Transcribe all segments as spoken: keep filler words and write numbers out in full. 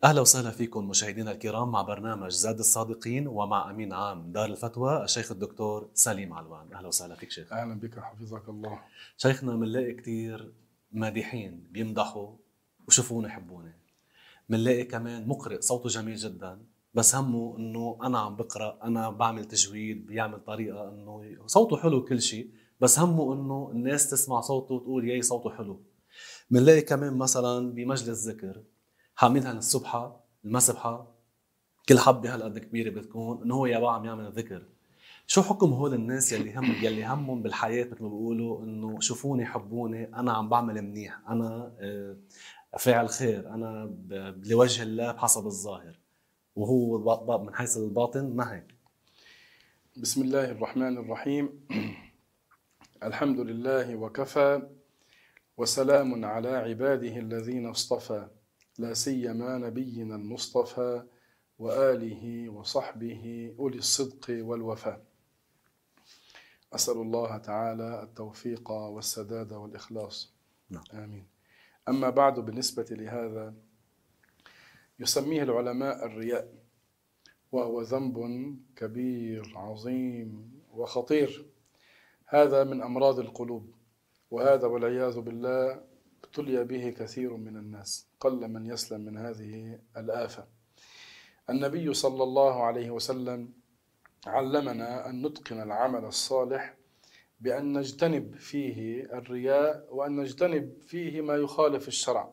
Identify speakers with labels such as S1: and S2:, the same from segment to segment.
S1: أهلا وسهلا فيكم مشاهدينا الكرام مع برنامج زاد الصادقين ومع أمين عام دار الفتوى الشيخ الدكتور سليم علوان. أهلا وسهلا فيك شيخ.
S2: أهلا بك حفظك الله.
S1: شيخنا منلاقي كتير مادحين بيمدحوا وشوفوني يحبوني، منلاقي كمان مقرئ صوته جميل جدا بس همه انه انا عم بقرأ، انا بعمل تجويد، بيعمل طريقة انه صوته حلو كل شيء بس همه انه الناس تسمع صوته وتقول ياي صوته حلو. منلاقي كمان مثلا بمجلس ذكر حاملها السبحة المسبحة كل حبة هالقد كبيرة بتكون انه هو يا عم يعمل ذكر. شو حكم هول الناس يلي هم يلي همهم بالحياة مثل ما بيقولوا انه شوفوني حبوني، انا عم بعمل منيح، انا فاعل خير، انا لوجه الله بحسب الظاهر، وهو من حيث الباطن ما هيك؟
S2: بسم الله الرحمن الرحيم. الحمد لله وكفى، وسلام على عباده الذين اصطفى، لا سيما نبينا المصطفى وآله وصحبه أولي الصدق والوفاء. أسأل الله تعالى التوفيق والسداد والإخلاص.
S1: نعم.
S2: آمين. أما بعد، بالنسبة لهذا يسميه العلماء الرياء، وهو ذنب كبير عظيم وخطير. هذا من أمراض القلوب، وهذا والعياذ بالله ابتلي به كثير من الناس، قل من يسلم من هذه الآفة. النبي صلى الله عليه وسلم علمنا أن نتقن العمل الصالح بأن نجتنب فيه الرياء، وأن نجتنب فيه ما يخالف الشرع.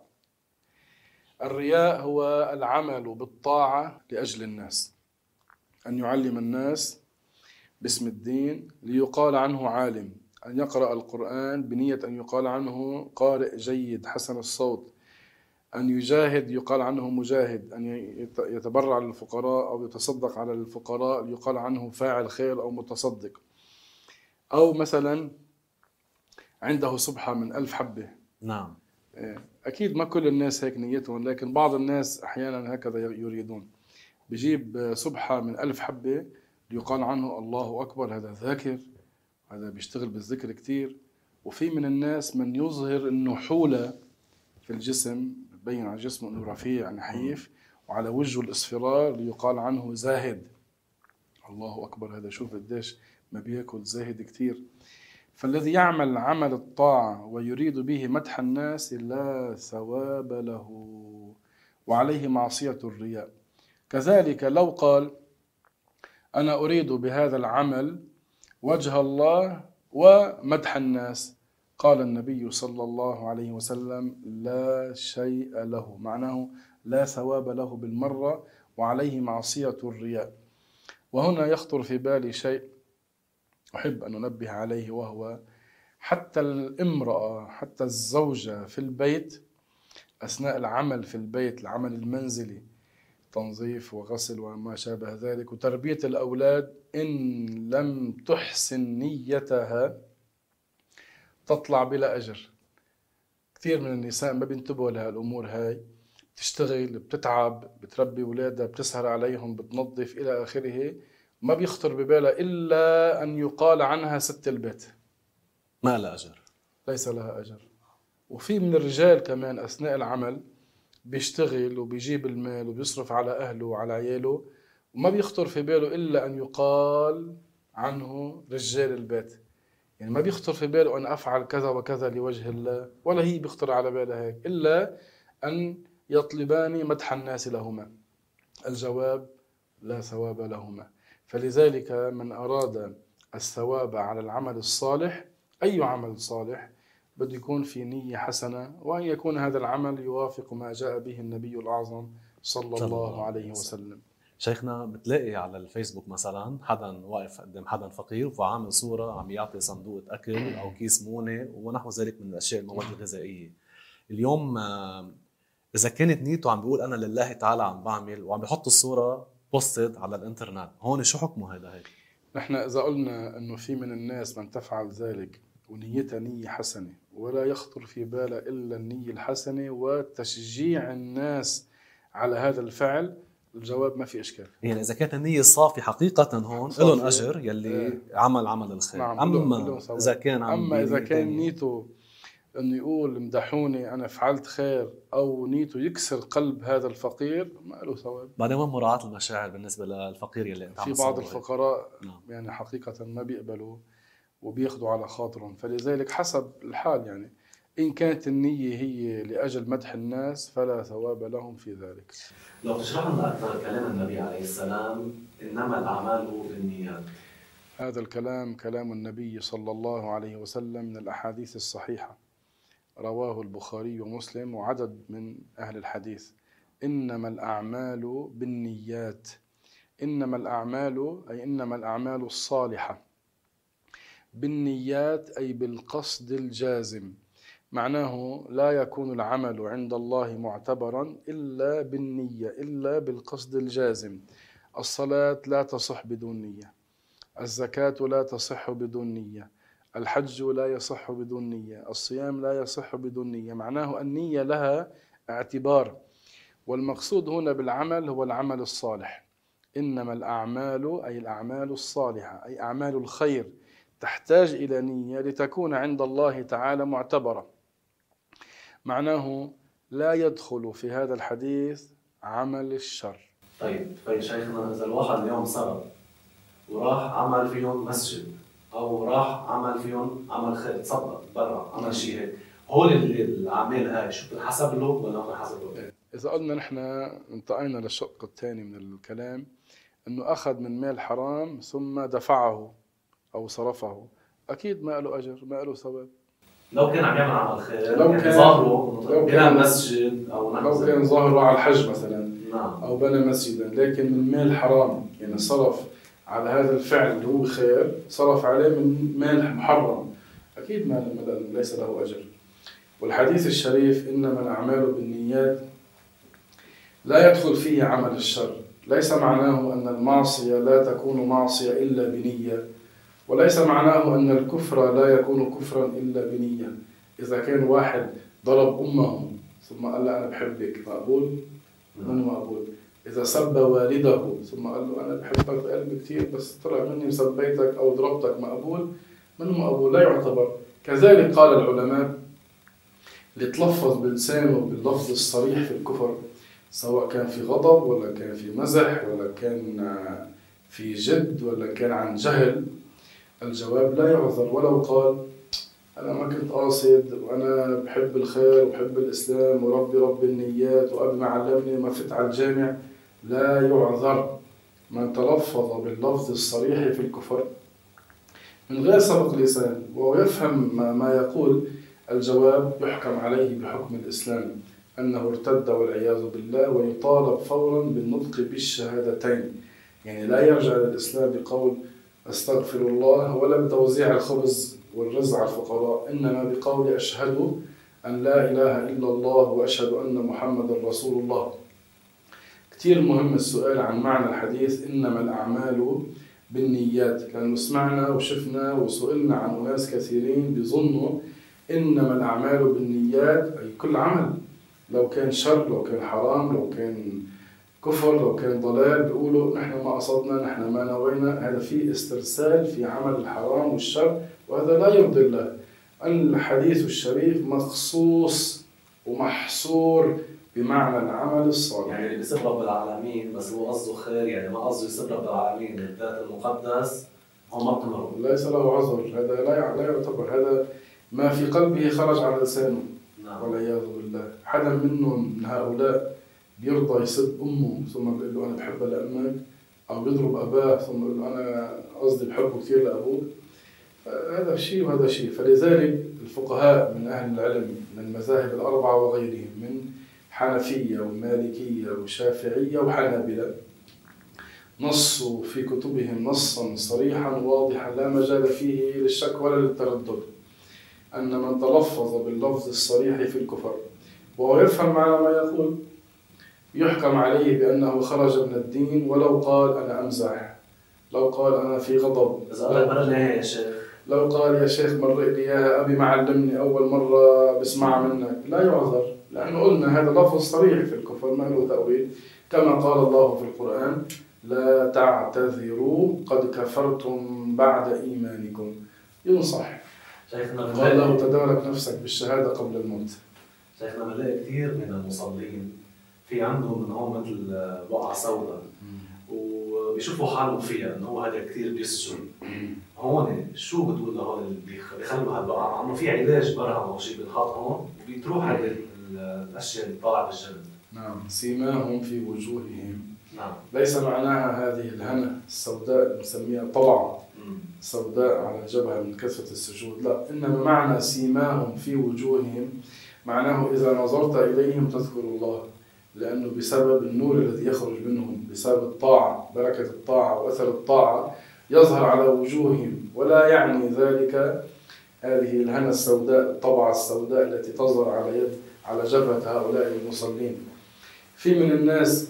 S2: الرياء هو العمل بالطاعة لأجل الناس، أن يعلم الناس باسم الدين ليقال عنه عالم، أن يقرأ القرآن بنية أن يقال عنه قارئ جيد حسن الصوت، أن يجاهد يقال عنه مجاهد، أن يتبرع للفقراء أو يتصدق على الفقراء يقال عنه فاعل خير أو متصدق. أو مثلا عنده سبحة من ألف حبة.
S1: نعم.
S2: أكيد ما كل الناس هيك نيتهم، لكن بعض الناس أحيانا هكذا يريدون. بيجيب سبحة من ألف حبة ليقال عنه الله أكبر، هذا ذاكر، هذا بيشتغل بالذكر كتير. وفي من الناس من يظهر أنه حولة في الجسم، بين على جسمه أنه رفيع نحيف، وعلى وجهه الإصفرار ليقال عنه زاهد. الله أكبر، هذا شوف قديش ما بيأكل، زاهد كتير. فالذي يعمل عمل الطاعة ويريد به مدح الناس لا ثواب له، وعليه معصية الرياء. كذلك لو قال أنا أريد بهذا العمل وجه الله ومدح الناس، قال النبي صلى الله عليه وسلم لا شيء له، معناه لا ثواب له بالمرة، وعليه معصية الرياء. وهنا يخطر في بالي شيء أحب أن أنبه عليه، وهو حتى الامرأة، حتى الزوجة في البيت أثناء العمل في البيت، العمل المنزلي، تنظيف وغسل وما شابه ذلك وتربية الأولاد، إن لم تحسن نيتها تطلع بلا أجر. كثير من النساء ما بينتبهوا لها الأمور هاي، بتشتغل، بتتعب، بتربي أولادها، بتسهر عليهم، بتنظف إلى آخره، ما بيخطر ببالها إلا أن يقال عنها ست البيت،
S1: ما لها أجر،
S2: ليس لها أجر. وفي من الرجال كمان أثناء العمل بيشتغل وبيجيب المال وبيصرف على أهله وعلى عياله، وما بيخطر في باله إلا أن يقال عنه رجال البيت. يعني ما بيخطر في باله أن أفعل كذا وكذا لوجه الله، ولا هي بيخطر على باله هيك، إلا أن يطلبان مدح الناس لهما. الجواب لا ثواب لهما. فلذلك من أراد الثواب على العمل الصالح، أي عمل صالح، بده يكون في نية حسنة، وأن يكون هذا العمل يوافق ما جاء به النبي الأعظم صلى الله عليه وسلم.
S1: شيخنا بتلاقي على الفيسبوك مثلا حدا واقف قدام حدا فقير وعامل صورة عم يعطي صندوق أكل أو كيس مونة ونحو ذلك من الأشياء المواد الغذائية. اليوم إذا كانت نيته عم بيقول أنا لله تعالى عم بعمل وعم بيحط الصورة بوستد على الانترنت، هون شو حكمه هذا هيك؟
S2: نحن إذا قلنا أنه في من الناس من تفعل ذلك ونيتها نية حسنة ولا يخطر في باله إلا النية الحسنة وتشجيع الناس على هذا الفعل، الجواب ما في إشكال.
S1: يعني إذا كانت النية صافي حقيقة هون لهم أجر يلي آه. عمل عمل الخير.
S2: نعم.
S1: أما
S2: بلون
S1: إذا كان عم
S2: أما إذا كان نيته انه يقول امدحوني انا فعلت خير او نيته يكسر قلب هذا الفقير ما له ثواب.
S1: بعدين وين مراعاة المشاعر بالنسبة للفقير يلي انت عم
S2: في بعض
S1: تصوره هيك؟
S2: الفقراء
S1: نعم.
S2: يعني حقيقة ما بيقبلوا وبياخذوا على خاطرهم، فلذلك حسب الحال يعني إن كانت النية هي لأجل مدح الناس فلا ثواب لهم في ذلك.
S1: لو تشرح لنا أكثر كلام النبي عليه السلام إنما الأعمال بالنيات.
S2: هذا الكلام كلام النبي صلى الله عليه وسلم من الأحاديث الصحيحة، رواه البخاري ومسلم وعدد من أهل الحديث. إنما الأعمال بالنيات، إنما الأعمال أي إنما الأعمال الصالحة بالنيات أي بالقصد الجازم، معناه لا يكون العمل عند الله معتبرا إلا بالنية، إلا بالقصد الجازم. الصلاة لا تصح بدون نية، الزكاة لا تصح بدون نية، الحج لا يصح بدون نية، الصيام لا يصح بدون نية. معناه النية لها اعتبار، والمقصود هنا بالعمل هو العمل الصالح. إنما الأعمال أي الأعمال الصالحة أي أعمال الخير تحتاج إلى نية لتكون عند الله تعالى معتبرة. معناه لا يدخل في هذا الحديث عمل الشر.
S1: طيب طيب شيخنا، إذا الواحد اليوم سرق وراح عمل فيهم مسجد أو راح عمل فيهم عمل خير، تصدق برا عمل شيء هيك، هول الأعمال هاي شو بتنحسب له ولا ما بتنحسب له؟
S2: إذا قلنا نحن انتقينا للشق الثاني من الكلام أنه أخذ من مال حرام ثم دفعه أو صرفه، أكيد ما له أجر ما له ثواب.
S1: لو كان عم يعمل عمل خير،
S2: لو
S1: يعني
S2: كان
S1: ظاهره
S2: لو
S1: بنى
S2: كان
S1: مسجد أو
S2: لو كان ظاهره على الحج مثلا،
S1: نعم،
S2: أو بنى مسجدا، لكن من مال حرام يعني صرف على هذا الفعل اللي هو خير، صرف عليه من مال محرم، أكيد ما ليس له أجر. والحديث الشريف إنما الأعمال بالنيات لا يدخل فيه عمل الشر، ليس معناه أن المعصية لا تكون معصية إلا بنية، وليس معناه أن الكفر لا يكون كفرا إلا بنية. إذا كان واحد ضرب أمه ثم قال له أنا بحبك، مقبول؟ منه مقبول. إذا سب والده ثم قال له أنا بحبك بقلبي كثير بس طلع مني سبيتك أو ضربتك، مقبول؟ منه مقبول، لا يعتبر. كذلك قال العلماء اللي تلفظ بلسانه باللفظ الصريح في الكفر، سواء كان في غضب ولا كان في مزح ولا كان في جد ولا كان عن جهل، الجواب لا يعذر. ولو قال أنا ما كنت قاصد وأنا بحب الخير وبحب الإسلام وربي رب النيات وأبي ما علمني ما فت على الجامع، لا يعذر من تلفظ باللفظ الصريح في الكفر من غير سبق لسان وهو يفهم ما يقول. الجواب يحكم عليه بحكم الإسلام أنه ارتد والعياذ بالله، ويطالب فورا بالنطق بالشهادتين، يعني لا يرجع للإسلام بقول أستغفر الله ولا بتوزيع الخبز والرزق على الفقراء، إنما بقول أشهد أن لا إله إلا الله وأشهد أن محمد رسول الله. كتير مهم السؤال عن معنى الحديث إنما الأعمال بالنيات، لأنه سمعنا وشفنا وسئلنا عن أناس كثيرين بيظنوا إنما الأعمال بالنيات أي كل عمل، لو كان شر لو كان حرام لو كان كفر لو كان ضلال، بيقولوا نحن ما قصدنا نحن ما نوينا. هذا فيه استرسال في عمل الحرام والشر، وهذا لا يرضي الله. الحديث الشريف مخصوص ومحصور بمعنى العمل الصالح.
S1: يعني اللي بيسب رب العالمين بس هو قصده خير، يعني ما قصده يسب رب العالمين الذات المقدس، هو ما بتمره،
S2: ليس له عذر، هذا لا لا يعتبر، هذا ما في قلبه خرج على لسانه. نعم. والعياذ بالله. حدا منهم من هؤلاء بيرضى يسب أمه ثم بيقول له أنا بحبها لأمك، أو بيضرب أباه ثم بيقول له أنا قصدي بحبه كثير لأبوك، هذا شيء وهذا شيء. فلذلك الفقهاء من أهل العلم من المذاهب الأربعة وغيرهم من حنفية ومالكية وشافعية وحنابلة نصوا في كتبهم نصا صريحا واضحا لا مجال فيه للشك ولا للتردد أن من تلفظ باللفظ الصريح في الكفر وهو يفهم معنى ما يقول يحكم عليه بأنه خرج من الدين، ولو قال أنا أمزح، لو قال أنا في غضب،
S1: يا شيخ
S2: لو قال يا شيخ مر لي إياها أبي ما علمني أول مرة بسمعها منك، لا يعذر، لأنه قلنا هذا لفظ صريح في الكفر ما له تأويل، كما قال الله في القرآن لا تعتذروا قد كفرتم بعد إيمانكم. ينصح
S1: شيخنا
S2: قال له تدارك نفسك بالشهادة قبل الموت.
S1: شيخنا بنلاقي كثير من المصلين في عندهم من هون مثل بقعة سوداء وبيشوفوا حالهم فيها انه هو هذا كثير بيسجد. هون شو بتقول لهول اللي بيخلوا هالبقعة؟ عنه في علاج برهم او شيء بينحط هون وبيتروح هذه الاشياء اللي طالعه بالجلد.
S2: نعم، سيماهم في وجوههم.
S1: نعم.
S2: ليس معناها هذه الهنة السوداء اللي نسميها طبعة سوداء على جبهة من كثرة السجود، لا، إنما معنى سيماهم في وجوههم معناه إذا نظرت إليهم تذكر الله، لأنه بسبب النور الذي يخرج منهم بسبب الطاعة، بركة الطاعة وأثر الطاعة يظهر على وجوههم، ولا يعني ذلك هذه الهنة السوداء الطبعة السوداء التي تظهر على يد على جبهة هؤلاء المصلين. في من الناس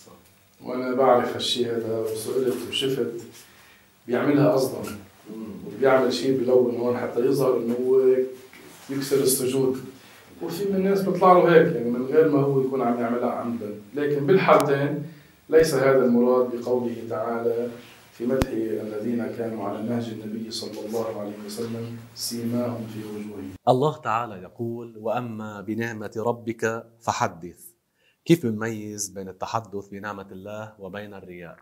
S2: وأنا بعرف هالشيء هذا وسئلت وشفت بيعملها قصدا، وبيعمل شيء بلون هون حتى يظهر إنه هو يكسر السجود، وفي من الناس بيطلع له هيك يعني من غير ما هو يكون عم يعملها عمدا. لكن بالحالتين ليس هذا المراد بقوله تعالى في مدح الذين كانوا على نهج النبي صلى الله عليه وسلم سيماهم في وجوههم.
S1: الله تعالى يقول وأما بنعمة ربك فحدث. كيف نميز بين التحدث بنعمة الله وبين الرياء؟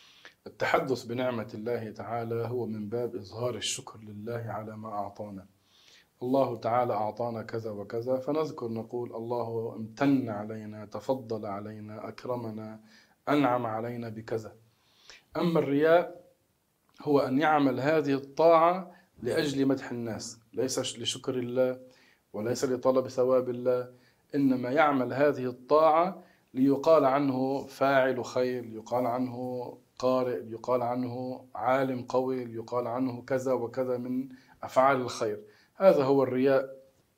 S2: التحدث بنعمة الله تعالى هو من باب إظهار الشكر لله على ما أعطانا. الله تعالى أعطانا كذا وكذا فنذكر نقول الله امتن علينا، تفضل علينا، أكرمنا، أنعم علينا بكذا. أما الرياء هو أن يعمل هذه الطاعة لأجل مدح الناس، ليس لشكر الله وليس لطلب ثواب الله، إنما يعمل هذه الطاعة ليقال عنه فاعل خير، يقال عنه قارئ، يقال عنه عالم قوي، يقال عنه كذا وكذا من أفعال الخير. هذا هو الرياء،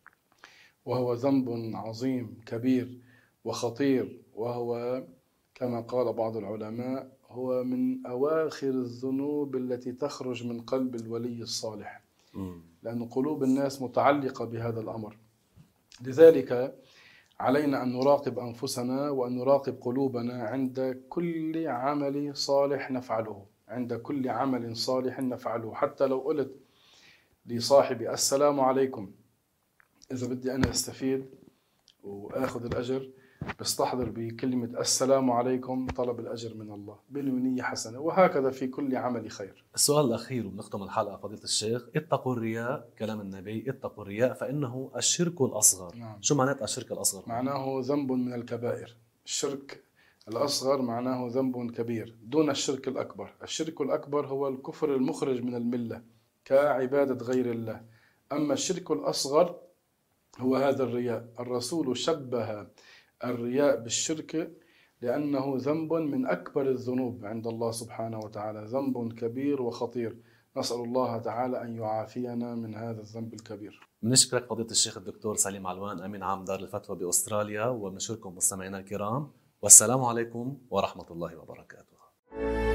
S2: وهو ذنب عظيم كبير وخطير، وهو كما قال بعض العلماء هو من أواخر الذنوب التي تخرج من قلب الولي الصالح، لأن قلوب الناس متعلقة بهذا الأمر. لذلك علينا أن نراقب أنفسنا وأن نراقب قلوبنا عند كل عمل صالح نفعله، عند كل عمل صالح نفعله. حتى لو قلت لصاحبي السلام عليكم، إذا بدي أنا أستفيد وآخذ الأجر بستحضر بكلمة السلام عليكم طلب الأجر من الله بنية حسنة، وهكذا في كل عمل خير.
S1: السؤال الأخير ونختم الحلقة فضيلة الشيخ، اتقوا الرياء، كلام النبي اتقوا الرياء فإنه الشرك الأصغر.
S2: نعم.
S1: شو معنات الشرك الأصغر؟
S2: معناه ذنب من الكبائر. الشرك الأصغر معناه ذنب كبير دون الشرك الأكبر. الشرك الأكبر هو الكفر المخرج من الملة كعبادة غير الله. أما الشرك الأصغر هو هذا الرياء. الرسول شبه الرياء بالشرك لأنه ذنب من أكبر الذنوب عند الله سبحانه وتعالى، ذنب كبير وخطير. نسأل الله تعالى أن يعافينا من هذا الذنب الكبير.
S1: بنشكرك فضيلة الشيخ الدكتور سليم علوان، أمين عام دار الفتوى بأستراليا، وبنشكركم مستمعينا الكرام، والسلام عليكم ورحمة الله وبركاته.